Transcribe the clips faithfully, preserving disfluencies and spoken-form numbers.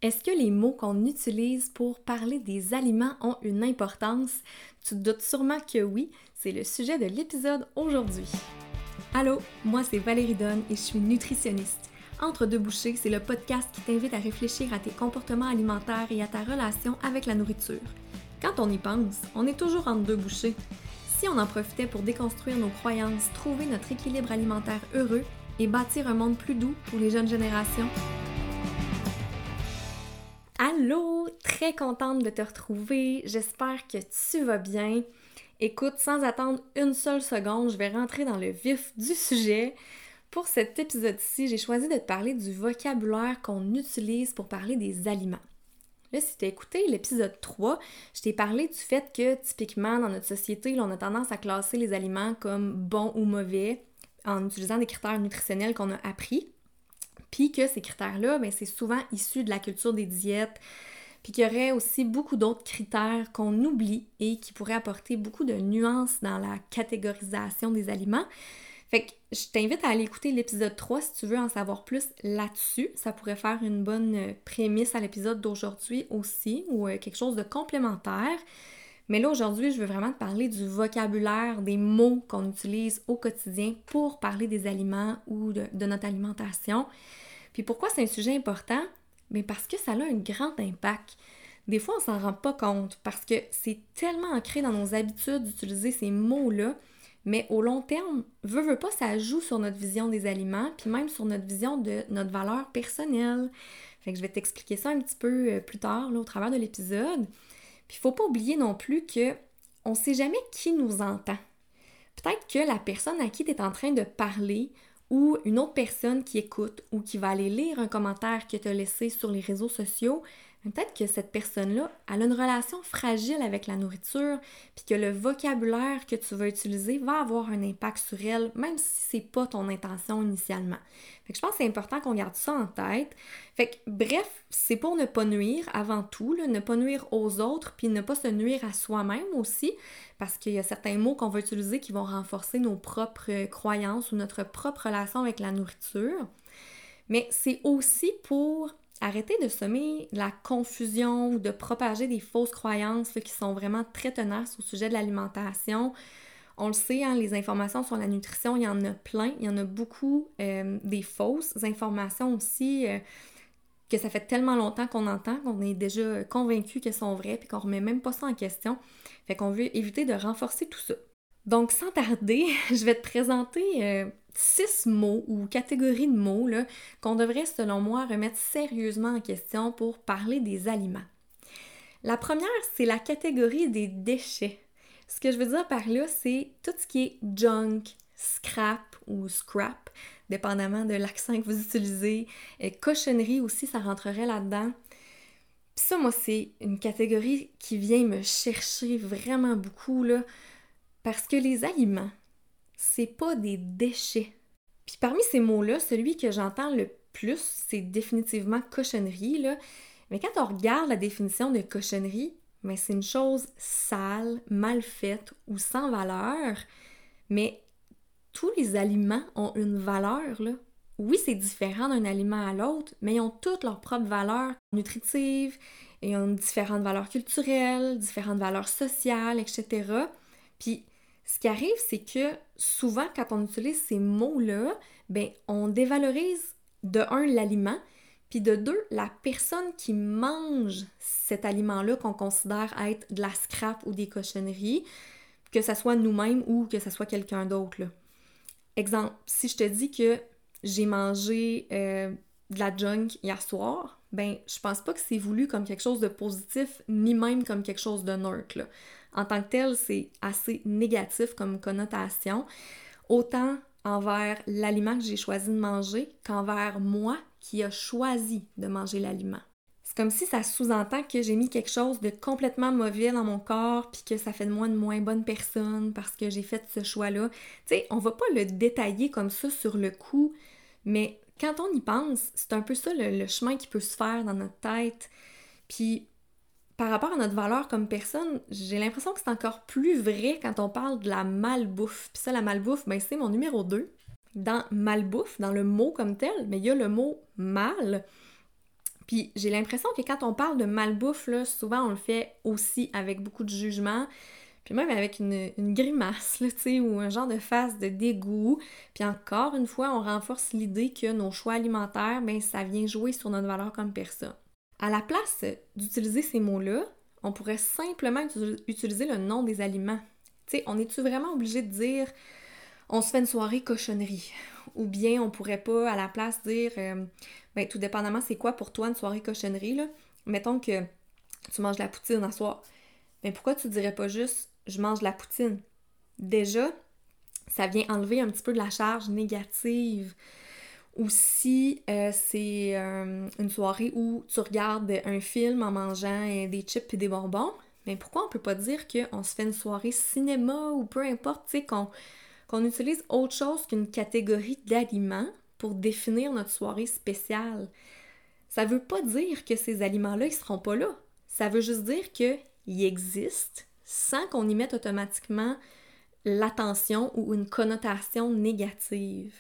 Est-ce que les mots qu'on utilise pour parler des aliments ont une importance? Tu te doutes sûrement que oui, c'est le sujet de l'épisode aujourd'hui. Allô, moi c'est Valérie Donne et je suis nutritionniste. Entre deux bouchées, c'est le podcast qui t'invite à réfléchir à tes comportements alimentaires et à ta relation avec la nourriture. Quand on y pense, on est toujours entre deux bouchées. Si on en profitait pour déconstruire nos croyances, trouver notre équilibre alimentaire heureux et bâtir un monde plus doux pour les jeunes générations? Allô! Très contente de te retrouver, j'espère que tu vas bien. Écoute, sans attendre une seule seconde, je vais rentrer dans le vif du sujet. Pour cet épisode-ci, j'ai choisi de te parler du vocabulaire qu'on utilise pour parler des aliments. Là, si tu as écouté l'épisode trois, je t'ai parlé du fait que, typiquement, dans notre société, là, on a tendance à classer les aliments comme bons ou mauvais en utilisant des critères nutritionnels qu'on a appris. Puis que ces critères-là, bien, c'est souvent issu de la culture des diètes, puis qu'il y aurait aussi beaucoup d'autres critères qu'on oublie et qui pourraient apporter beaucoup de nuances dans la catégorisation des aliments. Fait que je t'invite à aller écouter l'épisode trois si tu veux en savoir plus là-dessus. Ça pourrait faire une bonne prémisse à l'épisode d'aujourd'hui aussi, ou quelque chose de complémentaire. Mais là, aujourd'hui, je veux vraiment te parler du vocabulaire, des mots qu'on utilise au quotidien pour parler des aliments ou de, de notre alimentation. Puis pourquoi c'est un sujet important? Bien parce que ça a un grand impact. Des fois, on s'en rend pas compte parce que c'est tellement ancré dans nos habitudes d'utiliser ces mots-là, mais au long terme, veut, veut pas, ça joue sur notre vision des aliments, puis même sur notre vision de notre valeur personnelle. Fait que je vais t'expliquer ça un petit peu plus tard, là, au travers de l'épisode. Puis il faut pas oublier non plus que on sait jamais qui nous entend. Peut-être que la personne à qui tu es en train de parler ou une autre personne qui écoute ou qui va aller lire un commentaire que tu as laissé sur les réseaux sociaux, peut-être que cette personne-là, elle a une relation fragile avec la nourriture, puis que le vocabulaire que tu vas utiliser va avoir un impact sur elle, même si c'est pas ton intention initialement. Fait que je pense que c'est important qu'on garde ça en tête. Fait que bref, c'est pour ne pas nuire avant tout, là, ne pas nuire aux autres, puis ne pas se nuire à soi-même aussi, parce qu'il y a certains mots qu'on va utiliser qui vont renforcer nos propres croyances ou notre propre relation avec la nourriture. Mais c'est aussi pour arrêter de semer de la confusion ou de propager des fausses croyances là, qui sont vraiment très tenaces au sujet de l'alimentation. On le sait, hein, les informations sur la nutrition, il y en a plein, il y en a beaucoup euh, des fausses informations aussi euh, que ça fait tellement longtemps qu'on entend qu'on est déjà convaincu qu'elles sont vraies puis qu'on remet même pas ça en question. Fait qu'on veut éviter de renforcer tout ça. Donc, sans tarder, je vais te présenter euh, six mots ou catégories de mots là, qu'on devrait, selon moi, remettre sérieusement en question pour parler des aliments. La première, c'est la catégorie des déchets. Ce que je veux dire par là, c'est tout ce qui est junk, scrap ou scrap, dépendamment de l'accent que vous utilisez. Et cochonnerie aussi, ça rentrerait là-dedans. Puis ça, moi, c'est une catégorie qui vient me chercher vraiment beaucoup, là, parce que les aliments, c'est pas des déchets. Puis parmi ces mots-là, celui que j'entends le plus, c'est définitivement cochonnerie, là. Mais quand on regarde la définition de cochonnerie, ben c'est une chose sale, mal faite ou sans valeur. Mais tous les aliments ont une valeur, là. Oui, c'est différent d'un aliment à l'autre, mais ils ont toutes leurs propres valeurs nutritives, ils ont différentes valeurs culturelles, différentes valeurs sociales, et cetera. Puis ce qui arrive, c'est que souvent, quand on utilise ces mots-là, ben, on dévalorise de un, l'aliment, puis de deux, la personne qui mange cet aliment-là qu'on considère être de la scrap ou des cochonneries, que ce soit nous-mêmes ou que ce soit quelqu'un d'autre, là. Exemple, si je te dis que j'ai mangé euh, de la junk hier soir, ben je pense pas que c'est voulu comme quelque chose de positif, ni même comme quelque chose de neutre, là. En tant que tel, c'est assez négatif comme connotation, autant envers l'aliment que j'ai choisi de manger qu'envers moi qui a choisi de manger l'aliment. C'est comme si ça sous-entend que j'ai mis quelque chose de complètement mauvais dans mon corps puis que ça fait de moi une moins bonne personne parce que j'ai fait ce choix-là. Tu sais, on va pas le détailler comme ça sur le coup, mais quand on y pense, c'est un peu ça le, le chemin qui peut se faire dans notre tête. Puis par rapport à notre valeur comme personne, j'ai l'impression que c'est encore plus vrai quand on parle de la malbouffe. Puis ça, la malbouffe, ben c'est mon numéro deux. Dans malbouffe, dans le mot comme tel, mais il y a le mot mal. Puis j'ai l'impression que quand on parle de malbouffe, là, souvent on le fait aussi avec beaucoup de jugement, puis même avec une, une grimace, là, tu sais, ou un genre de face de dégoût. Puis encore une fois, on renforce l'idée que nos choix alimentaires, ben ça vient jouer sur notre valeur comme personne. À la place d'utiliser ces mots-là, on pourrait simplement utiliser le nom des aliments. Tu sais, on est-tu vraiment obligé de dire « on se fait une soirée cochonnerie » ou bien on pourrait pas à la place dire euh, ben tout dépendamment c'est quoi pour toi une soirée cochonnerie, là. Mettons que tu manges de la poutine à soir. Ben pourquoi tu dirais pas juste « je mange de la poutine ». Déjà, ça vient enlever un petit peu de la charge négative. Ou si euh, c'est euh, une soirée où tu regardes un film en mangeant euh, des chips et des bonbons, mais pourquoi on peut pas dire qu'on se fait une soirée cinéma ou peu importe, tu sais, qu'on, qu'on utilise autre chose qu'une catégorie d'aliments pour définir notre soirée spéciale? Ça veut pas dire que ces aliments-là, ils seront pas là. Ça veut juste dire qu'ils existent sans qu'on y mette automatiquement l'attention ou une connotation négative.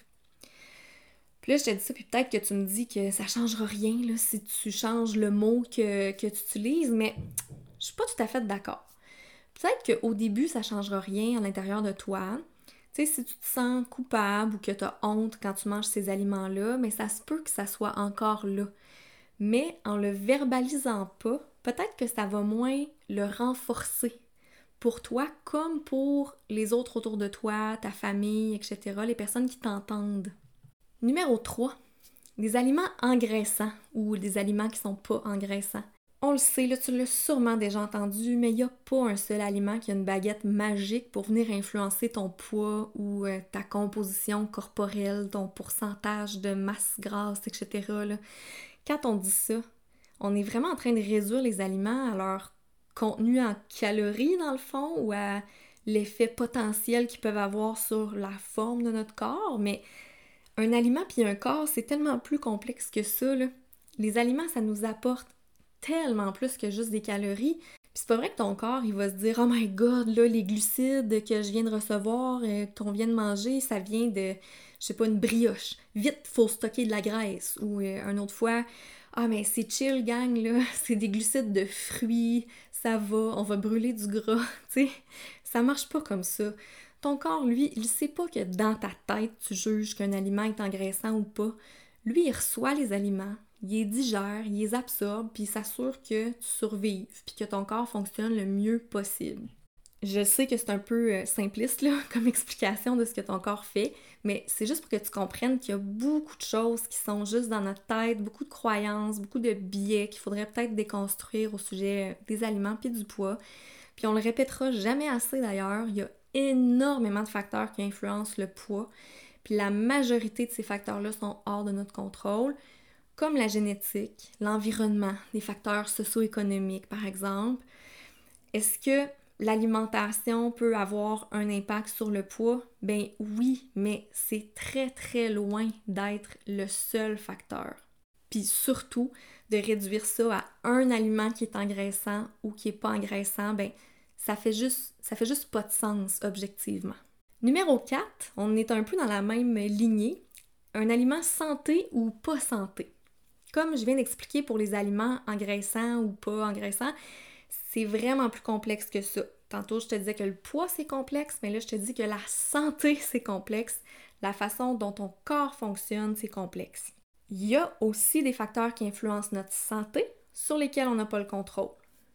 Puis là, je te dis ça, puis peut-être que tu me dis que ça changera rien là, si tu changes le mot que, que tu utilises, mais je suis pas tout à fait d'accord. Peut-être qu'au début, ça changera rien à l'intérieur de toi. Tu sais, si tu te sens coupable ou que tu as honte quand tu manges ces aliments-là, mais ça se peut que ça soit encore là. Mais en le verbalisant pas, peut-être que ça va moins le renforcer pour toi comme pour les autres autour de toi, ta famille, et cetera, les personnes qui t'entendent. Numéro trois, des aliments engraissants ou des aliments qui sont pas engraissants. On le sait, là, tu l'as sûrement déjà entendu, mais il n'y a pas un seul aliment qui a une baguette magique pour venir influencer ton poids ou euh, ta composition corporelle, ton pourcentage de masse grasse, et cetera, là. Quand on dit ça, on est vraiment en train de réduire les aliments à leur contenu en calories, dans le fond, ou à l'effet potentiel qu'ils peuvent avoir sur la forme de notre corps, mais un aliment puis un corps, c'est tellement plus complexe que ça, là. Les aliments, ça nous apporte tellement plus que juste des calories. Puis c'est pas vrai que ton corps, il va se dire « Oh my God, là, les glucides que je viens de recevoir, euh, qu'on vient de manger, ça vient de, je sais pas, une brioche. Vite, faut stocker de la graisse. » Ou euh, une autre fois « Ah, mais c'est chill, gang, là, c'est des glucides de fruits, ça va, on va brûler du gras. » Tu sais, ça marche pas comme ça. Ton corps, lui, il sait pas que dans ta tête, tu juges qu'un aliment est engraissant ou pas. Lui, il reçoit les aliments, il les digère, il les absorbe, puis il s'assure que tu survives, puis que ton corps fonctionne le mieux possible. Je sais que c'est un peu euh, simpliste, là, comme explication de ce que ton corps fait, mais c'est juste pour que tu comprennes qu'il y a beaucoup de choses qui sont juste dans notre tête, beaucoup de croyances, beaucoup de biais qu'il faudrait peut-être déconstruire au sujet des aliments puis du poids. Puis on le répétera jamais assez d'ailleurs, il y a énormément de facteurs qui influencent le poids, puis la majorité de ces facteurs-là sont hors de notre contrôle, comme la génétique, l'environnement, les facteurs socio-économiques par exemple. Est-ce que l'alimentation peut avoir un impact sur le poids? Ben oui, mais c'est très très loin d'être le seul facteur. Puis surtout, de réduire ça à un aliment qui est engraissant ou qui n'est pas engraissant, ben ça fait juste, ça fait juste pas de sens objectivement. Numéro quatre, on est un peu dans la même lignée, un aliment santé ou pas santé. Comme je viens d'expliquer pour les aliments engraissants ou pas engraissants, c'est vraiment plus complexe que ça. Tantôt, je te disais que le poids, c'est complexe, mais là, je te dis que la santé, c'est complexe. La façon dont ton corps fonctionne, c'est complexe. Il y a aussi des facteurs qui influencent notre santé sur lesquels on n'a pas le contrôle.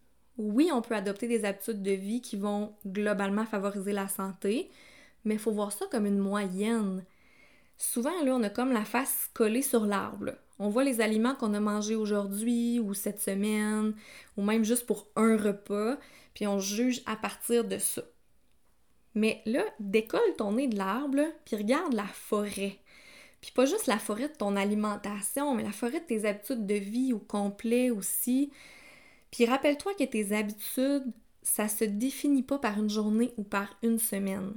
Oui, on peut adopter des habitudes de vie qui vont globalement favoriser la santé, mais il faut voir ça comme une moyenne. Souvent, là, on a comme la face collée sur l'arbre, là. On voit les aliments qu'on a mangés aujourd'hui ou cette semaine, ou même juste pour un repas, puis on juge à partir de ça. Mais là, décolle ton nez de l'arbre, là, puis regarde la forêt. Puis pas juste la forêt de ton alimentation, mais la forêt de tes habitudes de vie au complet aussi. Puis rappelle-toi que tes habitudes, ça se définit pas par une journée ou par une semaine.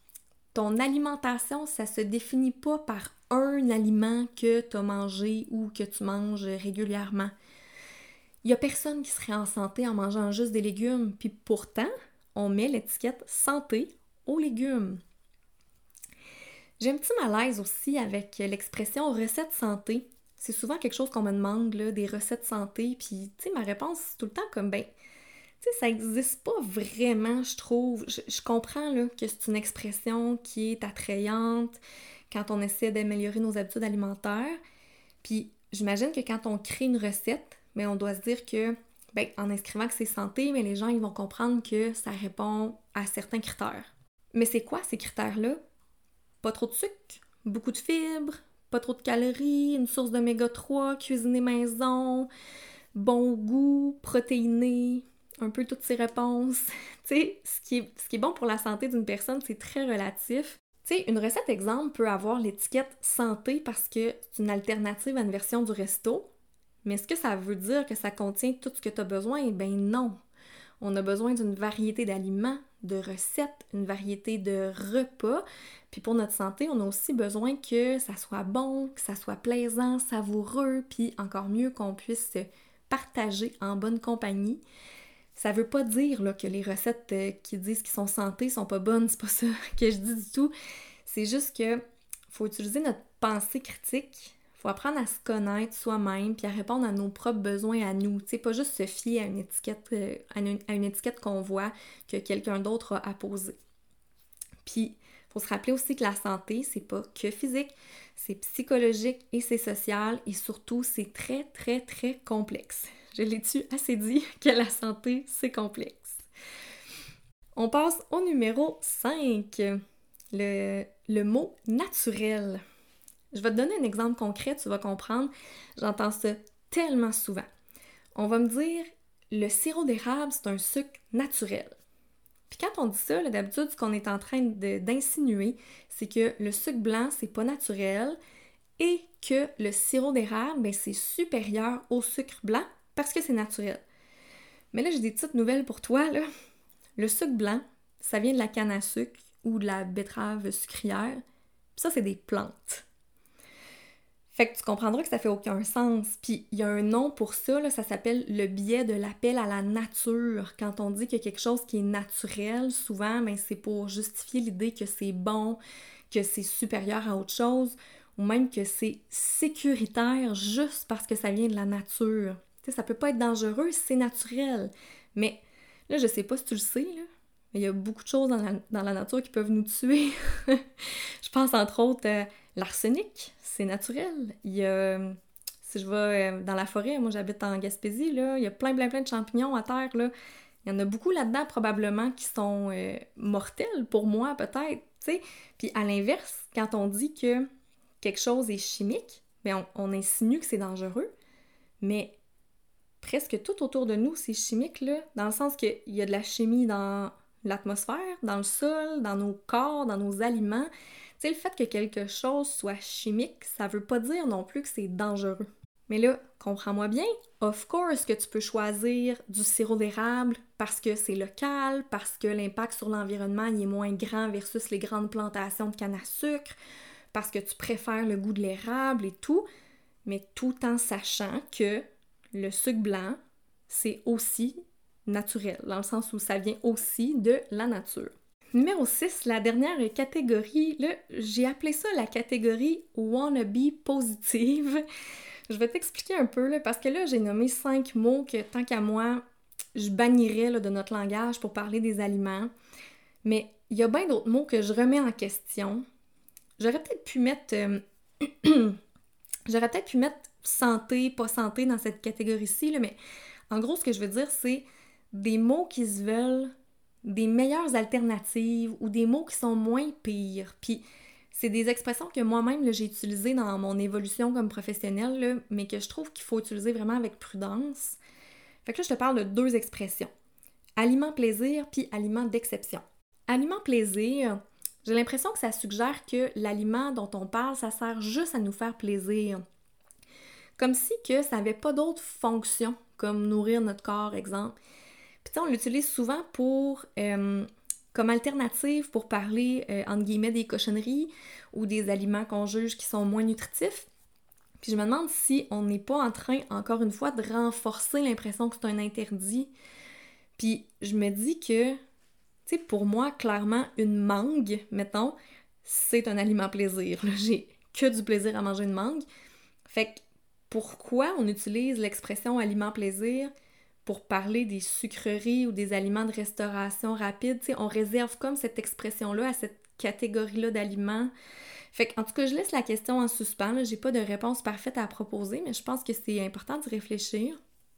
Ton alimentation, ça se définit pas par un aliment que tu as mangé ou que tu manges régulièrement. Il y a personne qui serait en santé en mangeant juste des légumes, puis pourtant, on met l'étiquette santé aux légumes. J'ai un petit malaise aussi avec l'expression recette santé, c'est souvent quelque chose qu'on me demande, là, des recettes santé, puis, tu sais, ma réponse, c'est tout le temps comme, ben, tu sais, ça existe pas vraiment, je trouve. Je, je comprends, là, que c'est une expression qui est attrayante quand on essaie d'améliorer nos habitudes alimentaires, puis j'imagine que quand on crée une recette, ben, on doit se dire que, ben, en inscrivant que c'est santé, mais les gens, ils vont comprendre que ça répond à certains critères. Mais c'est quoi ces critères-là? Pas trop de sucre, beaucoup de fibres, pas trop de calories, une source d'oméga trois, cuisiné maison, bon goût, protéiné, un peu toutes ces réponses. Tu sais, ce qui est, ce qui est bon pour la santé d'une personne, c'est très relatif. Tu sais, une recette exemple peut avoir l'étiquette santé parce que c'est une alternative à une version du resto, mais est-ce que ça veut dire que ça contient tout ce que tu as besoin? Eh bien non! On a besoin d'une variété d'aliments, de recettes, une variété de repas. Puis pour notre santé, on a aussi besoin que ça soit bon, que ça soit plaisant, savoureux, puis encore mieux qu'on puisse se partager en bonne compagnie. Ça veut pas dire là, que les recettes euh, qui disent qu'ils sont santé sont pas bonnes, c'est pas ça que je dis du tout. C'est juste que faut utiliser notre pensée critique. Faut apprendre à se connaître soi-même puis à répondre à nos propres besoins à nous. Tu sais, pas juste se fier à une étiquette, euh, à, une, à une étiquette qu'on voit que quelqu'un d'autre a apposée. Puis, faut se rappeler aussi que la santé, c'est pas que physique, c'est psychologique et c'est social et surtout, c'est très, très, très complexe. Je l'ai-tu assez dit que la santé, c'est complexe. On passe au numéro cinq, le, le mot « naturel ». Je vais te donner un exemple concret, tu vas comprendre. J'entends ça tellement souvent. On va me dire, le sirop d'érable, c'est un sucre naturel. Puis quand on dit ça, là, d'habitude, ce qu'on est en train de, d'insinuer, c'est que le sucre blanc, c'est pas naturel et que le sirop d'érable, ben, c'est supérieur au sucre blanc parce que c'est naturel. Mais là, j'ai des petites nouvelles pour toi, là. Le sucre blanc, ça vient de la canne à sucre ou de la betterave sucrière. Puis ça, c'est des plantes. Fait que tu comprendras que ça fait aucun sens. Puis il y a un nom pour ça, là, ça s'appelle le biais de l'appel à la nature. Quand on dit qu'il y a quelque chose qui est naturel, souvent, ben, c'est pour justifier l'idée que c'est bon, que c'est supérieur à autre chose, ou même que c'est sécuritaire juste parce que ça vient de la nature. Tu sais, ça peut pas être dangereux, c'est naturel. Mais là, je sais pas si tu le sais, là, mais il y a beaucoup de choses dans la, dans la nature qui peuvent nous tuer. Je pense entre autres euh, l'arsenic, c'est naturel. Il y a, si je vais euh, dans la forêt, moi j'habite en Gaspésie, là, il y a plein plein plein de champignons à terre, là. Il y en a beaucoup là-dedans probablement qui sont euh, mortels pour moi peut-être, tu sais. Puis à l'inverse, quand on dit que quelque chose est chimique, bien on, on insinue que c'est dangereux, mais presque tout autour de nous c'est chimique, là, dans le sens qu'il y a de la chimie dans l'atmosphère, dans le sol, dans nos corps, dans nos aliments. Tu sais, le fait que quelque chose soit chimique, ça veut pas dire non plus que c'est dangereux. Mais là, comprends-moi bien, of course que tu peux choisir du sirop d'érable parce que c'est local, parce que l'impact sur l'environnement il est moins grand versus les grandes plantations de canne à sucre, parce que tu préfères le goût de l'érable et tout, mais tout en sachant que le sucre blanc, c'est aussi naturel, dans le sens où ça vient aussi de la nature. Numéro six, la dernière catégorie, là, j'ai appelé ça la catégorie « wannabe positive ». Je vais t'expliquer un peu, là, parce que là, j'ai nommé cinq mots que, tant qu'à moi, je bannirais là, de notre langage pour parler des aliments. Mais il y a bien d'autres mots que je remets en question. J'aurais peut-être pu mettre... Euh, j'aurais peut-être pu mettre santé, pas santé dans cette catégorie-ci, là, mais en gros, ce que je veux dire, c'est des mots qui se veulent des meilleures alternatives ou des mots qui sont moins pires. Puis c'est des expressions que moi-même là, j'ai utilisées dans mon évolution comme professionnelle, là, mais que je trouve qu'il faut utiliser vraiment avec prudence. Fait que là, je te parle de deux expressions. Aliment plaisir puis aliment d'exception. Aliment plaisir, j'ai l'impression que ça suggère que l'aliment dont on parle, ça sert juste à nous faire plaisir. Comme si que ça n'avait pas d'autre fonction, comme nourrir notre corps, exemple. Puis tu sais, on l'utilise souvent pour, euh, comme alternative pour parler, euh, entre guillemets, des cochonneries ou des aliments qu'on juge qui sont moins nutritifs. Puis je me demande si on n'est pas en train, encore une fois, de renforcer l'impression que c'est un interdit. Puis je me dis que, tu sais, pour moi, clairement, une mangue, mettons, c'est un aliment plaisir. Là. J'ai que du plaisir à manger une mangue. Fait que pourquoi on utilise l'expression aliment plaisir pour parler des sucreries ou des aliments de restauration rapide. T'sais, on réserve comme cette expression-là à cette catégorie-là d'aliments. Fait qu'en tout cas, je laisse la question en suspens. Là. J'ai pas de réponse parfaite à proposer, mais je pense que c'est important d'y réfléchir.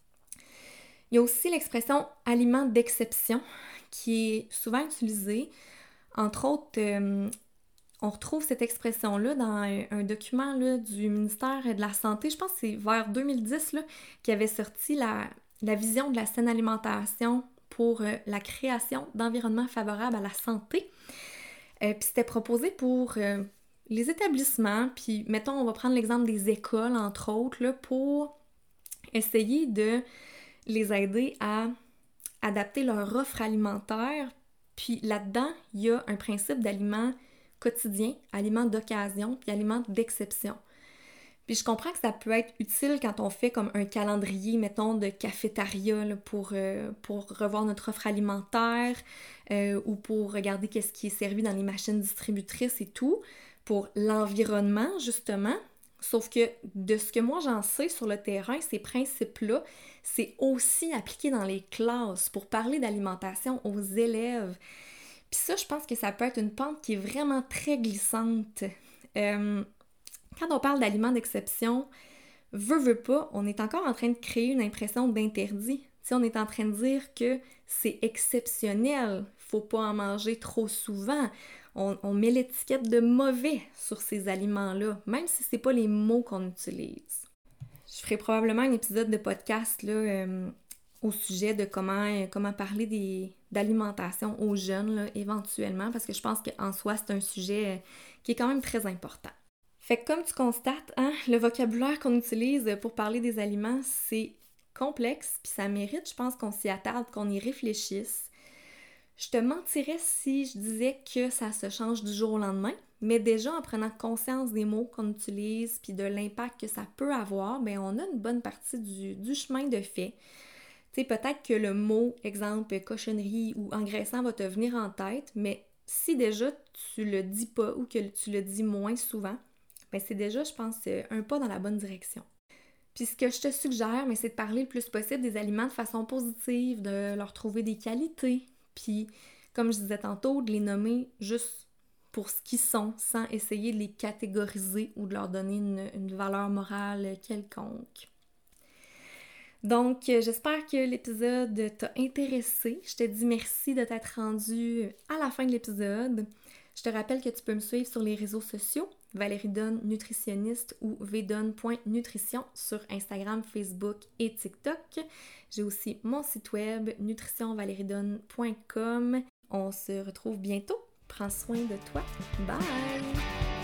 Il y a aussi l'expression aliment d'exception qui est souvent utilisée. Entre autres, euh, on retrouve cette expression-là dans un, un document là, du ministère de la Santé. Je pense que c'est vers deux mille dix là, qui avait sorti la, la vision de la saine alimentation pour euh, la création d'environnements favorables à la santé. Euh, puis c'était proposé pour euh, les établissements, puis mettons, on va prendre l'exemple des écoles, entre autres, là, pour essayer de les aider à adapter leur offre alimentaire. Puis là-dedans, il y a un principe d'aliments quotidiens, aliments d'occasion, puis aliments d'exception. Puis je comprends que ça peut être utile quand on fait comme un calendrier, mettons, de cafétéria là, pour, euh, pour revoir notre offre alimentaire euh, ou pour regarder qu'est-ce qui est servi dans les machines distributrices et tout, pour l'environnement, justement. Sauf que de ce que moi j'en sais sur le terrain, ces principes-là, c'est aussi appliqué dans les classes pour parler d'alimentation aux élèves. Puis ça, je pense que ça peut être une pente qui est vraiment très glissante. Euh, quand on parle d'aliments d'exception, veut, veut pas, on est encore en train de créer une impression d'interdit. T'sais, on est en train de dire que c'est exceptionnel, faut pas en manger trop souvent. On, on met l'étiquette de mauvais sur ces aliments-là, même si c'est pas les mots qu'on utilise. Je ferai probablement un épisode de podcast là, euh, au sujet de comment, euh, comment parler des, d'alimentation aux jeunes, là, éventuellement, parce que je pense qu'en soi, c'est un sujet euh, qui est quand même très important. Fait que comme tu constates, hein, le vocabulaire qu'on utilise pour parler des aliments, c'est complexe, puis ça mérite, je pense, qu'on s'y attarde, qu'on y réfléchisse. Je te mentirais si je disais que ça se change du jour au lendemain, mais déjà en prenant conscience des mots qu'on utilise puis de l'impact que ça peut avoir, ben on a une bonne partie du, du chemin de fait. Tu sais, peut-être que le mot, exemple, cochonnerie ou engraissant va te venir en tête, mais si déjà tu le dis pas ou que tu le dis moins souvent, ben c'est déjà, je pense, un pas dans la bonne direction. Puis ce que je te suggère, ben, c'est de parler le plus possible des aliments de façon positive, de leur trouver des qualités, puis, comme je disais tantôt, de les nommer juste pour ce qu'ils sont, sans essayer de les catégoriser ou de leur donner une, une valeur morale quelconque. Donc, j'espère que l'épisode t'a intéressé. Je te dis merci de t'être rendu à la fin de l'épisode. Je te rappelle que tu peux me suivre sur les réseaux sociaux, Valérie Donne nutritionniste ou vdonne point nutrition sur Instagram, Facebook et TikTok. J'ai aussi mon site web nutrition valérie donne point com. On se retrouve bientôt. Prends soin de toi. Bye!